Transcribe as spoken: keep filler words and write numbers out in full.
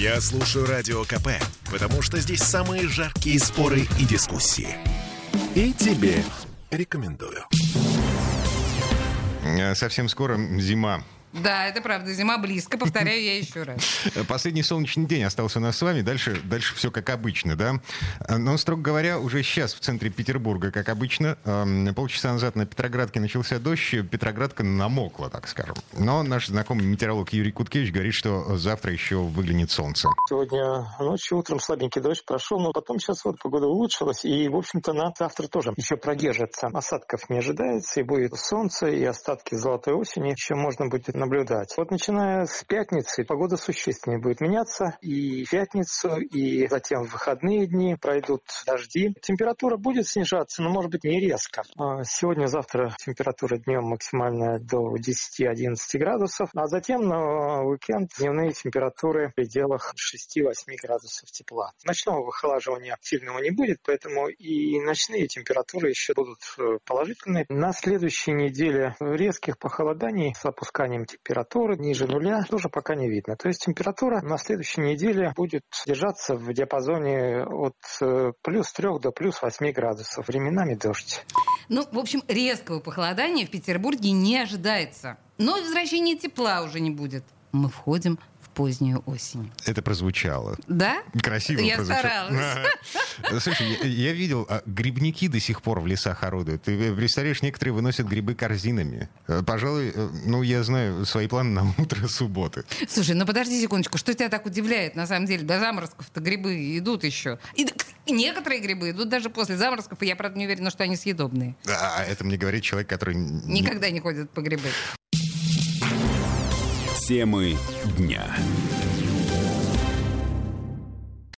Я слушаю Радио КП, потому что здесь самые жаркие споры и дискуссии. И тебе рекомендую. Совсем скоро зима. Да, это правда. Зима близко, повторяю я еще раз. Последний солнечный день остался у нас с вами. Дальше, дальше все как обычно, да? Но, строго говоря, уже сейчас в центре Петербурга, как обычно. Полчаса назад на Петроградке начался дождь. Петроградка намокла, так скажем. Но наш знакомый метеоролог Юрий Куткевич говорит, что завтра еще выглянет солнце. Сегодня ночью, утром слабенький дождь прошел, но потом сейчас вот погода улучшилась. И, в общем-то, на завтра тоже еще продержится. Осадков не ожидается, и будет солнце, и остатки золотой осени еще можно будет наблюдать. Вот начиная с пятницы погода существенно будет меняться. И в пятницу, и затем в выходные дни пройдут дожди. Температура будет снижаться, но, может быть, не резко. Сегодня-завтра температура днем максимальная до десять-одиннадцать градусов. А затем на уикенд дневные температуры в пределах шесть-восемь градусов тепла. Ночного выхолаживания сильного не будет, поэтому и ночные температуры еще будут положительные. На следующей неделе резких похолоданий с опусканием температуры ниже нуля тоже пока не видно. То есть температура на следующей неделе будет держаться в диапазоне от плюс трех до плюс восьми градусов. Временами дождь. Ну, в общем, резкого похолодания в Петербурге не ожидается. Но и возвращения тепла уже не будет. Мы входим в позднюю осень. Это прозвучало. Да? Красиво я прозвучало. старалась. Слушай, я, я видел, а, грибники до сих пор в лесах орудуют. Ты представляешь, некоторые выносят грибы корзинами. Пожалуй, ну, я знаю свои планы на утро субботы. Слушай, ну подожди секундочку, что тебя так удивляет? На самом деле, до заморозков-то грибы идут еще. И некоторые грибы идут даже после заморозков, и я, правда, не уверена, что они съедобные. Да, это мне говорит человек, который... Никогда не ходит по грибы. Темы дня.